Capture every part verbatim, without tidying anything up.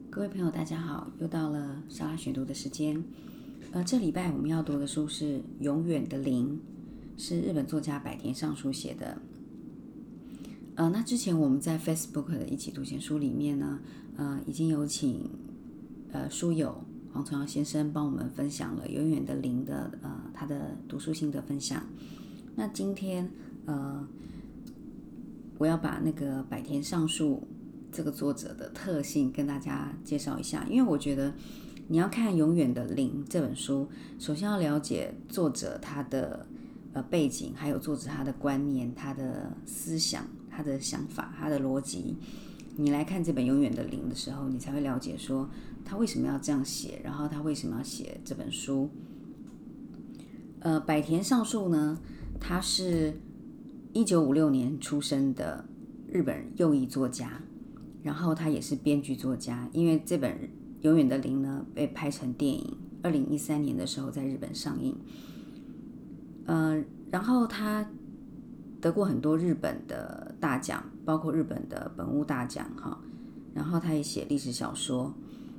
各位朋友，大家好，又到了莎拉选读的时间。呃，这礼拜我们要读的书是《永远的零》，是日本作家百田尚书写的。呃，那之前我们在 Facebook 的一起读闲书里面呢，呃，已经有请呃书友黄崇尧先生帮我们分享了《永远的零》的呃他的读书心得分享。那今天呃，我要把那个百田尚书这个作者的特性跟大家介绍一下，因为我觉得你要看《永远的零》这本书，首先要了解作者他的呃背景，还有作者他的观念、他的思想、他的想法、他的逻辑。你来看这本《永远的零》的时候，你才会了解说他为什么要这样写，然后他为什么要写这本书。呃，百田尚书呢，他是一九五六年出生的日本右翼作家。然后他也是编剧作家，因为这本《永远的零》呢被拍成电影，二零一三年的时候在日本上映。呃，然后他得过很多日本的大奖，包括日本的本屋大奖哈。然后他也写历史小说，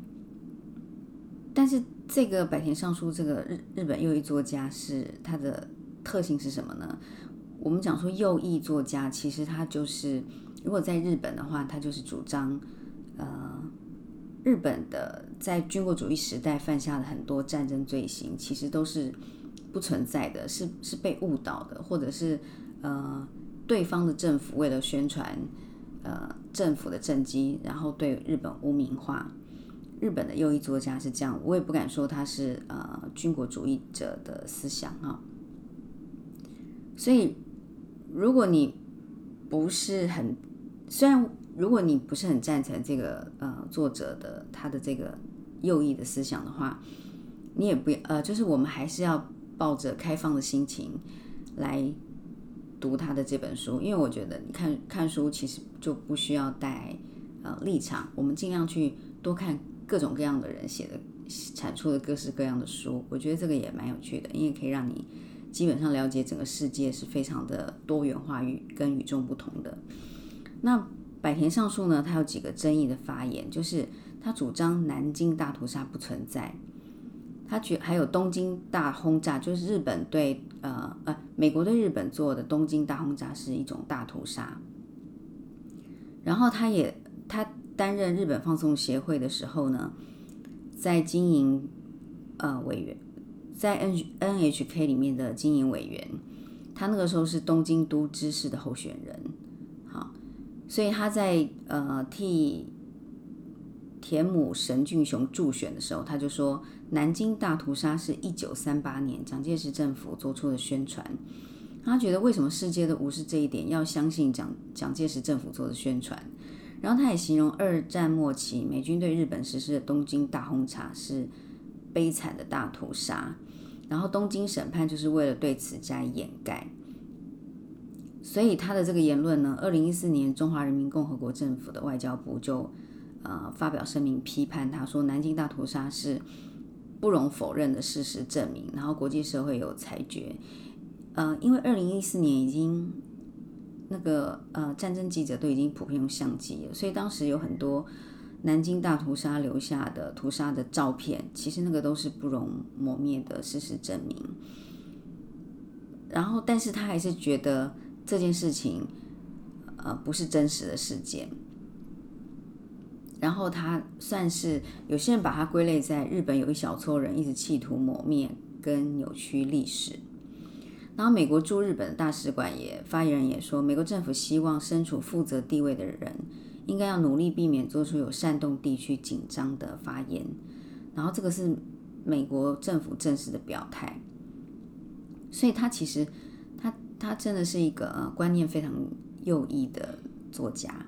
但是这个百田尚书这个日日本右翼作家是他的特性是什么呢？我们讲说右翼作家，其实他就是。如果在日本的话，他就是主张，呃，日本的在军国主义时代犯下的很多战争罪行，其实都是不存在的，是是被误导的，或者是呃对方的政府为了宣传呃政府的政绩，然后对日本污名化。日本的右翼作家是这样，我也不敢说他是呃军国主义者的思想哈。所以如果你不是很虽然如果你不是很赞成这个呃作者的他的这个右翼的思想的话，你也不呃就是我们还是要抱着开放的心情来读他的这本书，因为我觉得你看看书其实就不需要带呃立场，我们尽量去多看各种各样的人写的产出的各式各样的书，我觉得这个也蛮有趣的，因为可以让你基本上了解整个世界是非常的多元化与跟与众不同的。那百田尚书呢，他有几个争议的发言，就是他主张南京大屠杀不存在，他觉还有东京大轰炸，就是日本对呃呃美国对日本做的东京大轰炸是一种大屠杀。然后他也他担任日本放送协会的时候呢，在经营呃委员，在 N N H K 里面的经营委员，他那个时候是东京都知事的候选人。所以他在呃替田母神俊雄助选的时候，他就说南京大屠杀是一九三八年蒋介石政府做出的宣传。他觉得为什么世界都无视这一点，要相信蒋蒋介石政府做的宣传。然后他也形容二战末期美军对日本实施的东京大轰炸是悲惨的大屠杀，然后东京审判就是为了对此加以掩盖。所以他的这个言论呢，二零一四年中华人民共和国政府的外交部就呃发表声明批判他，说南京大屠杀是不容否认的事实证明，然后国际社会有裁决。呃，因为二零一四年已经那个呃战争记者都已经普遍用相机了，所以当时有很多南京大屠杀留下的屠杀的照片，其实那个都是不容磨灭的事实证明。然后，但是他还是觉得这件事情，呃，不是真实的事件。然后他算是有些人把它归类在日本有一小撮人一直企图抹灭跟扭曲历史。然后美国驻日本大使馆也发言人也说，美国政府希望身处负责地位的人应该要努力避免做出有煽动地区紧张的发言。然后这个是美国政府正式的表态。所以他其实他他真的是一个、呃、观念非常右翼的作家。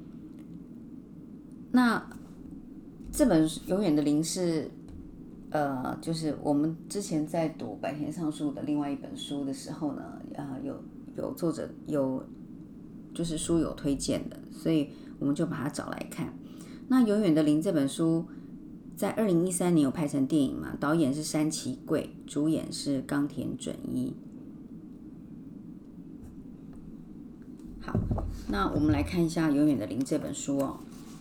那这本《永远的零》是呃，就是我们之前在读百田尚书的另外一本书的时候呢，呃，有有作者有就是书友推荐的，所以我们就把它找来看。那《永远的零》这本书在二零一三年有拍成电影嘛，导演是山崎贵，主演是冈田准一。好，那我们来看一下《永远的零》这本书哦。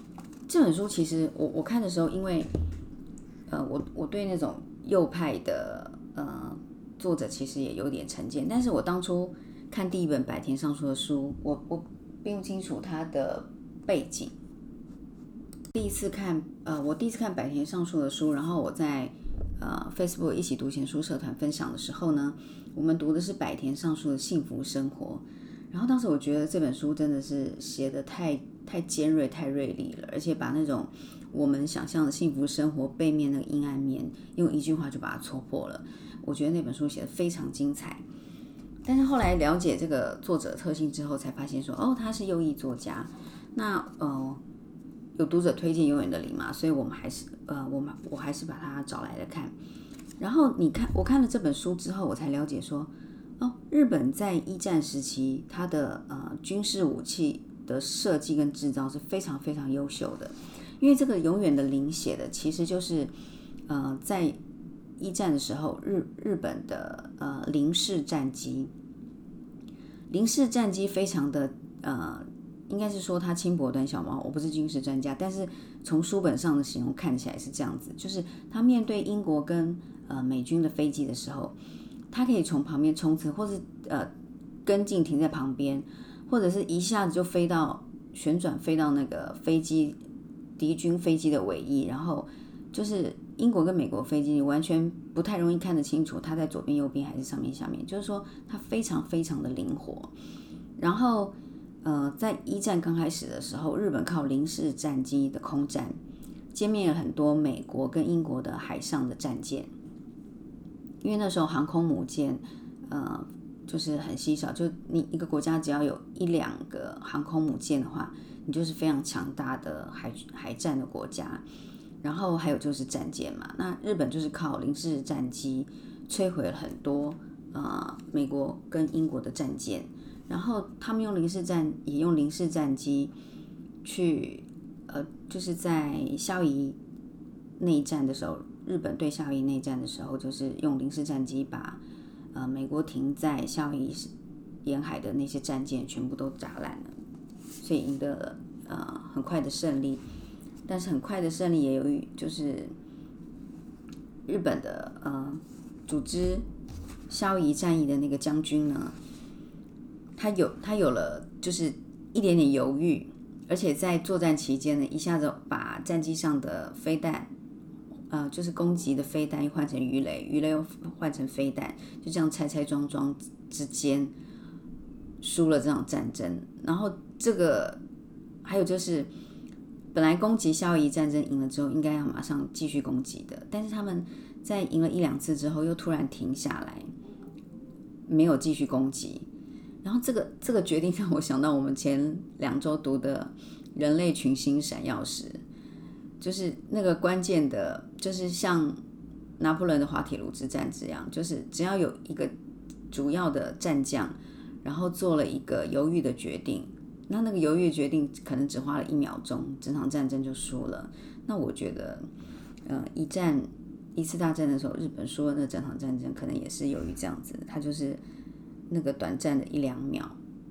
这本书其实我我看的时候，因为呃我我对那种右派的呃作者其实也有点成见，但是我当初看第一本百田尚书的书，我我并不清楚他的背景。第一次看呃我第一次看百田尚书的书，然后我在呃 Facebook 一起读闲书社团分享的时候呢，我们读的是百田尚书的幸福生活。然后当时我觉得这本书真的是写得太太尖锐、太锐利了，而且把那种我们想象的幸福生活背面那个阴暗面，用一句话就把它戳破了。我觉得那本书写得非常精彩。但是后来了解这个作者特性之后，才发现说，哦，他是右翼作家。那呃，有读者推荐《永远的零》嘛，所以我们还是呃，我们我还是把它找来了看。然后你看，我看了这本书之后，我才了解说，哦，日本在一战时期，它的呃军事武器的设计跟制造是非常非常优秀的。因为这个《永远的零》写的其实就是呃在一战的时候，日日本的呃零式战机，零式战机非常的呃，应该是说它轻薄短小嘛。我不是军事专家，但是从书本上的形容看起来是这样子，就是它面对英国跟呃美军的飞机的时候，它可以从旁边冲刺，或是呃跟进停在旁边，或者是一下子就飞到旋转飞到那个飞机敌军飞机的尾翼，然后就是英国跟美国飞机，你完全不太容易看得清楚它在左边、右边还是上面、下面，就是说它非常非常的灵活。然后呃，在一战刚开始的时候，日本靠零式战机的空战，歼灭了很多美国跟英国的海上的战舰。因为那时候航空母舰，呃，就是很稀少，就你一个国家只要有一两个航空母舰的话，你就是非常强大的海海战的国家。然后还有就是战舰嘛，那日本就是靠零式战机摧毁了很多呃美国跟英国的战舰，然后他们用零式战也用零式战机去呃就是在夏威夷内战的时候，日本对夏威夷内战的时候，就是用零式战机把呃美国停在夏威夷沿海的那些战舰全部都砸烂了，所以赢得了呃很快的胜利。但是很快的胜利也由于就是日本的呃组织夏威夷战役的那个将军呢，他有他有了就是一点点犹豫，而且在作战期间呢，一下子把战机上的飞弹，呃，就是攻击的飞弹又换成鱼雷，鱼雷又换成飞弹，就这样拆拆装装之间输了这场战争。然后这个还有就是。本来攻击夏威夷战争赢了之后，应该要马上继续攻击的，但是他们在赢了一两次之后，又突然停下来，没有继续攻击。然后这个这个决定让我想到我们前两周读的《人类群星闪耀时》，就是那个关键的，就是像拿破仑的滑铁卢之战这样，就是只要有一个主要的战将，然后做了一个犹豫的决定。那那个犹豫的决定可能只花了一秒钟，整场战争就输了。那我觉得，呃，一战一次大战的时候，日本输了那整场战争，可能也是由于这样子，它就是那个短暂的一两秒。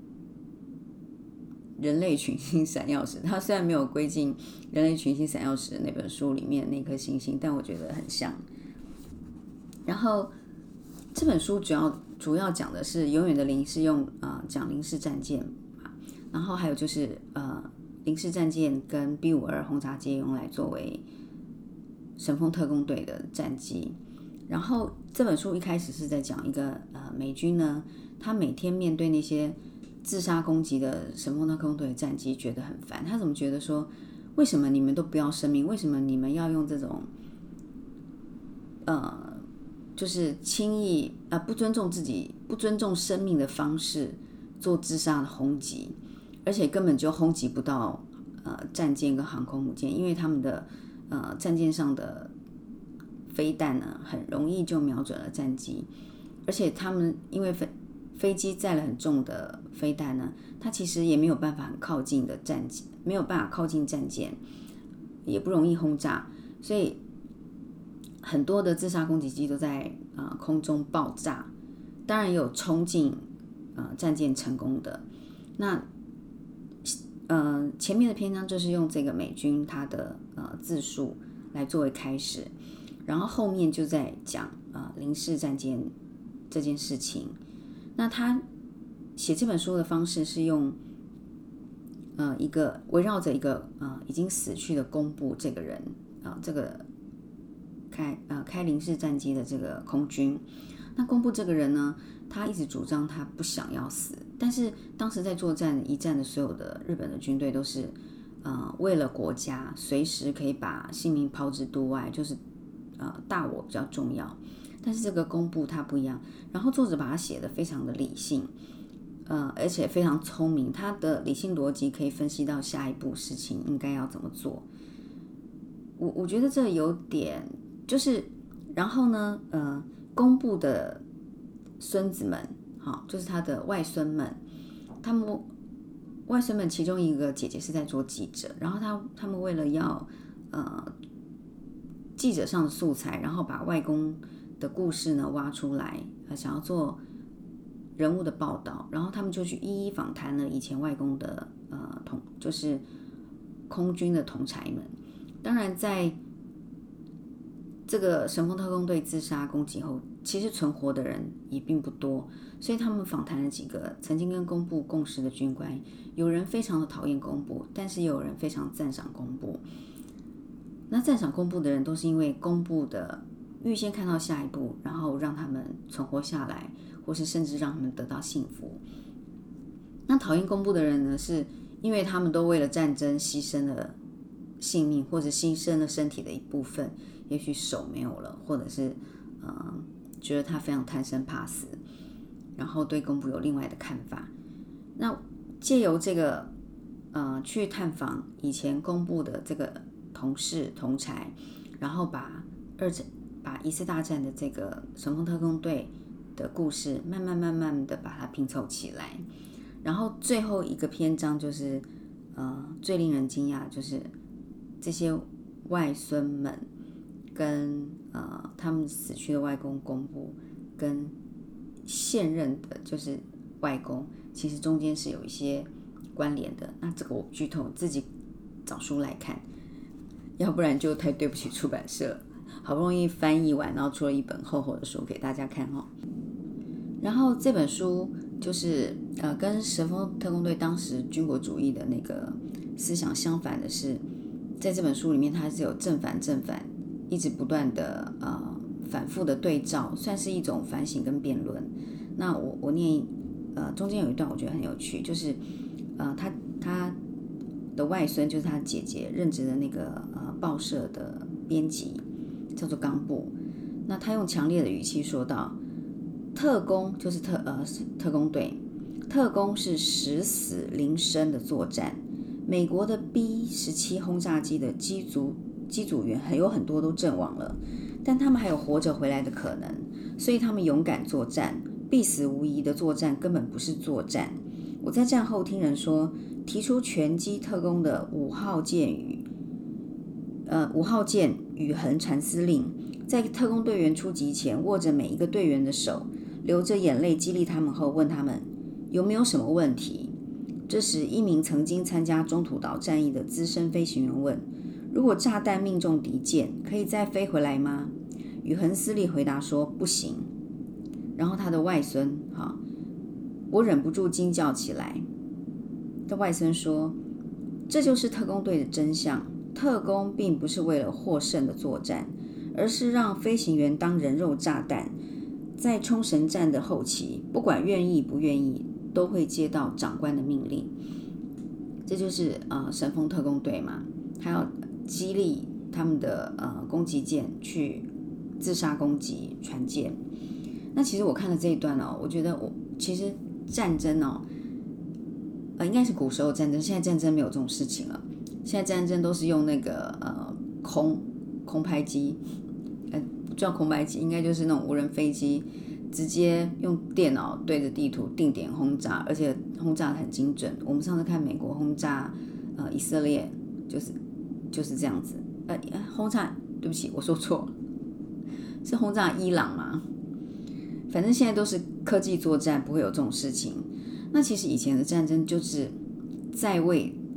人类群星闪耀时，它虽然没有归进人类群星闪耀时那本书里面那颗星星，但我觉得很像。然后这本书主要主要讲的是永远的零，是用呃讲零式战舰。然后还有就是呃，零式战舰跟 B 五十二 轰炸机用来作为神风特攻队的战机。然后这本书一开始是在讲一个呃美军呢，他每天面对那些自杀攻击的神风特攻队的战机觉得很烦，他怎么觉得说，为什么你们都不要生命？为什么你们要用这种呃，就是轻易呃不尊重自己、不尊重生命的方式做自杀的轰击？而且根本就轰击不到呃战舰跟航空母舰，因为他们的呃战舰上的飞弹呢，很容易就瞄准了战机，而且他们因为飞飞机载了很重的飞弹呢，它其实也没有办法很靠近的战机，没有办法靠近战舰，也不容易轰炸，所以很多的自杀攻击机都在呃空中爆炸，当然也有冲进呃战舰成功的。那呃前面的篇章就是用这个美军他的呃自述来作为开始，然后后面就在讲呃零式战舰这件事情。那他写这本书的方式是用呃一个围绕着一个呃已经死去的公布这个人啊、呃，这个开呃开零式战机的这个空军。那公布这个人呢，他一直主张他不想要死，但是当时在作战一战的所有的日本的军队都是呃为了国家，随时可以把性命抛之度外，就是呃大我比较重要。但是这个公布他不一样，然后作者把他写得非常的理性，呃，而且非常聪明，他的理性逻辑可以分析到下一步事情应该要怎么做。我我觉得这有点就是，然后呢，呃，公布的孙子们，好，就是他的外孙们，他们外孙们其中一个姐姐是在做记者，然后他他们为了要呃记者上的素材，然后把外公的故事呢挖出来，呃，想要做人物的报道，然后他们就去一一访谈了以前外公的呃同就是空军的同才们。当然，在这个神风特工队自杀攻击后，其实存活的人也并不多，所以他们访谈了几个曾经跟公部共事的军官，有人非常的讨厌公部，但是也有人非常赞赏公部。那赞赏公部的人都是因为公部的预先看到下一步，然后让他们存活下来，或是甚至让他们得到幸福。那讨厌公部的人呢，是因为他们都为了战争牺牲了性命，或者牺牲了身体的一部分，也许手没有了，或者是呃觉得他非常贪生怕死，然后对公部有另外的看法。那借由这个呃去探访以前公部的这个同事同才，然后把二战把一次大战的这个神风特工队的故事慢慢慢慢的把它拼凑起来。然后最后一个篇章就是呃最令人惊讶，就是这些外孙们跟呃他们死去的外公公布跟现任的就是外公，其实中间是有一些关联的。那这个我剧透，自己找书来看，要不然就太对不起出版社，好不容易翻译完，然后出了一本厚厚的书给大家看哦。然后这本书就是呃跟神风特工队当时军国主义的那个思想相反的是，在这本书里面它是有正反正反一直不断的呃反复的对照，算是一种反省跟辩论。那我我念呃中间有一段我觉得很有趣，就是呃他他的外孙就是他姐姐任职的那个呃报社的编辑叫做冈部，那他用强烈的语气说道，特工就是特呃特工队，特工是十死零生的作战。美国的 B 十七 轰炸机的机组机组员很有很多都阵亡了，但他们还有活着回来的可能，所以他们勇敢作战，必死无疑的作战根本不是作战。我在战后听人说，提出拳击特工的五号舰与呃五号舰宇恒禅司令，在特工队员出击前握着每一个队员的手，流着眼泪激励他们后，问他们有没有什么问题。这时，一名曾经参加中途岛战役的资深飞行员问，如果炸弹命中敌舰，可以再飞回来吗？宇恒司令回答说不行。然后他的外孙哈，我忍不住惊叫起来。的外孙说，这就是特工队的真相，特工并不是为了获胜的作战，而是让飞行员当人肉炸弹。在冲绳战的后期，不管愿意不愿意，都会接到长官的命令。这就是呃神风特工队嘛，他要激励他们的呃攻击舰去自杀攻击船舰。那其实我看了这一段哦，我觉得我其实战争哦，呃应该是古时候战争，现在战争没有这种事情了。现在战争都是用那个呃空空拍机，呃不叫空拍机，应该就是那种无人飞机。直接用电脑对着地图定点轰炸，而且轰炸得很精准。我们上次看美国轰炸呃以色列，就是就是这样子。呃，轰炸，对不起，我说错，是轰炸伊朗吗？反正现在都是科技作战，不会有这种事情。那其实以前的战争就是在为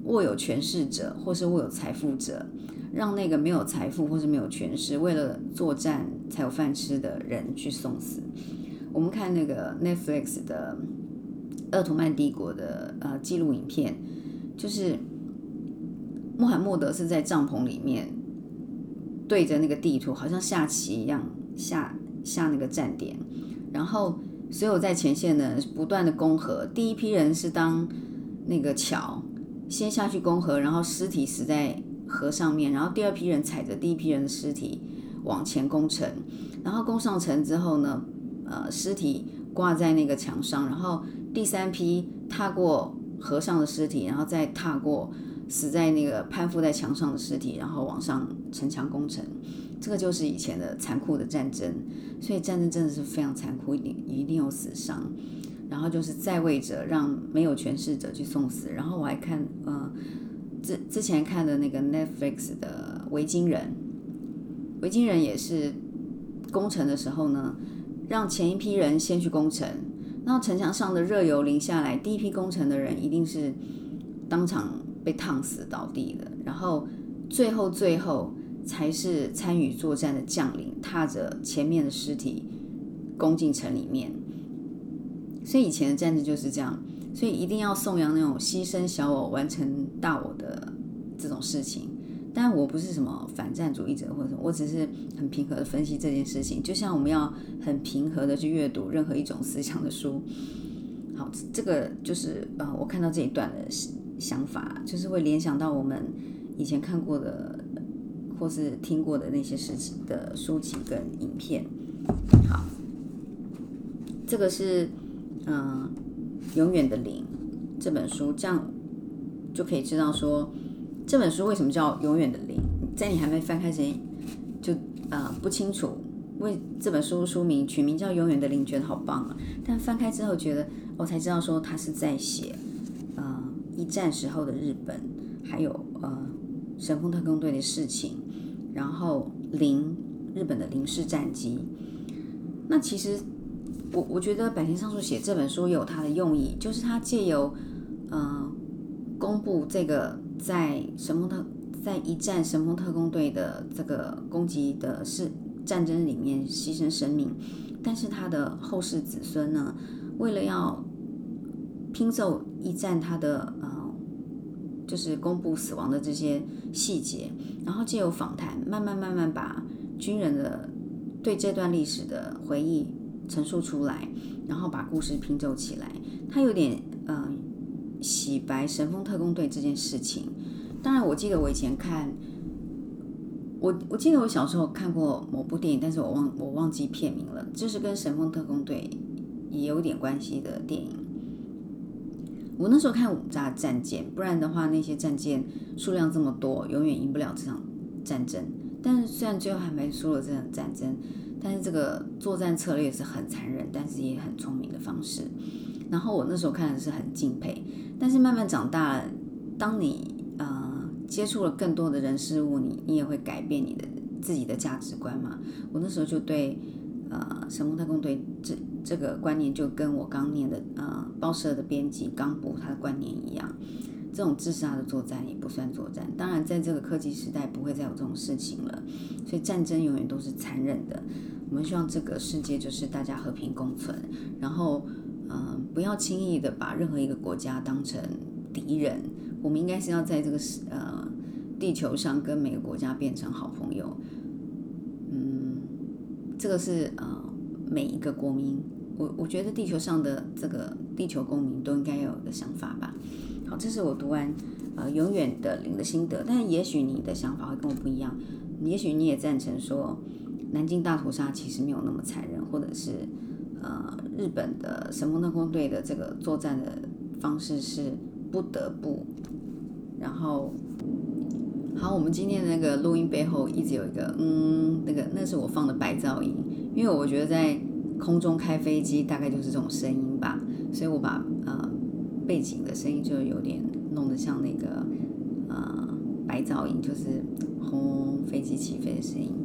握有权势者或是握有财富者，让那个没有财富或是没有权势，为了作战才有饭吃的人去送死。我们看那个 Netflix 的鄂图曼帝国的呃纪录影片，就是穆罕默德是在帐篷里面对着那个地图，好像下棋一样下下那个站点，然后所有在前线的不断的攻河，第一批人是当那个桥先下去攻河，然后尸体死在河上面，然后第二批人踩着第一批人的尸体往前攻城，然后攻上城之后呢，呃，尸体挂在那个墙上，然后第三批踏过河上的尸体，然后再踏过死在那个攀附在墙上的尸体，然后往上城墙攻城。这个就是以前的残酷的战争，所以战争真的是非常残酷，一定一定有死伤。然后就是在位者让没有权势者去送死。然后我还看呃之之前看的那个 Netflix 的维京人，维京人也是攻城的时候呢，让前一批人先去攻城，然后城墙上的热油淋下来，第一批攻城的人一定是当场被烫死倒地的，然后最后最后才是参与作战的将领踏着前面的尸体攻进城里面。所以以前的战争就是这样，所以一定要颂扬那种牺牲小我完成大我的这种事情。但我不是什么反战主义者或者什么，我只是很平和的分析这件事情，就像我们要很平和的去阅读任何一种思想的书。好，这个就是呃，我看到这一段的想法，就是会联想到我们以前看过的或是听过的那些事情的书籍跟影片。好，这个是嗯、呃《永远的零》这本书，这样就可以知道说这本书为什么叫《永远的零》。在你还没翻开前就呃不清楚为这本书书名取名叫《永远的零》，觉得好棒啊！但翻开之后觉得我才知道说他是在写呃一战时候的日本，还有呃神风特工队的事情，然后零日本的零式战机。那其实我我觉得坂田尚树写这本书也有他的用意，就是他借由呃公布这个在神风特在一战神风特工队的这个攻击的是战争里面牺牲生命，但是他的后世子孙呢，为了要拼凑一战他的呃就是公布死亡的这些细节，然后借由访谈慢慢慢慢把军人的对这段历史的回忆陈述出来，然后把故事拼凑起来。他有点呃洗白神风特工队这件事情。当然我记得我以前看我我记得我小时候看过某部电影，但是我忘我忘记片名了，就是跟神风特工队也有点关系的电影。我那时候看五架战舰，不然的话那些战舰数量这么多，永远赢不了这场战争。但是虽然最后还没输了这场战争，但是这个作战策略是很残忍，但是也很聪明的方式。然后我那时候看的是很敬佩，但是慢慢长大了，当你呃接触了更多的人事物，你你也会改变你的自己的价值观嘛。我那时候就对呃神风特工队这这个观念就跟我刚念的呃报社的编辑冈部他的观念一样，这种自杀的作战也不算作战。当然在这个科技时代不会再有这种事情了，所以战争永远都是残忍的。我们希望这个世界就是大家和平共存，然后呃不要轻易的把任何一个国家当成敌人，我们应该是要在这个呃地球上跟每个国家变成好朋友。嗯，这个是呃每一个国民，我我觉得地球上的这个地球公民都应该有的想法吧。好，这是我读完呃永远的零的心得，但也许你的想法会跟我不一样，也许你也赞成说南京大屠杀其实没有那么残忍，或者是呃日本的神风特工队的这个作战的方式是不得不。然后好，我们今天的那个录音背后一直有一个嗯，那个那是我放的白噪音，因为我觉得在空中开飞机大概就是这种声音吧，所以我把呃背景的声音就有点弄得像那个呃白噪音，就是轰飞机起飞的声音。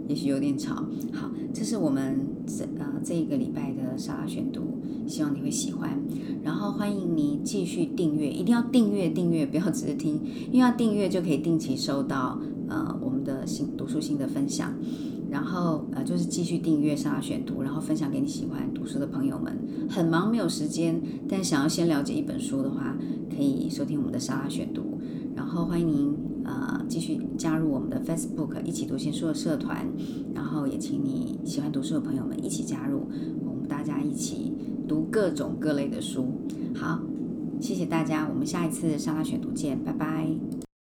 也许有点吵。好，这是我们这呃这一个礼拜的沙拉选读，希望你会喜欢。然后欢迎你继续订阅，一定要订阅订阅，不要只是听，因为要订阅就可以定期收到呃我们的新读书新的分享。然后呃就是继续订阅沙拉选读，然后分享给你喜欢读书的朋友们。很忙没有时间，但想要先了解一本书的话，可以收听我们的沙拉选读。然后欢迎您呃继续加入我们的 Facebook 一起读新书的社团，然后也请你喜欢读书的朋友们一起加入，我们大家一起读各种各类的书。好，谢谢大家，我们下一次沙拉选读见，拜拜。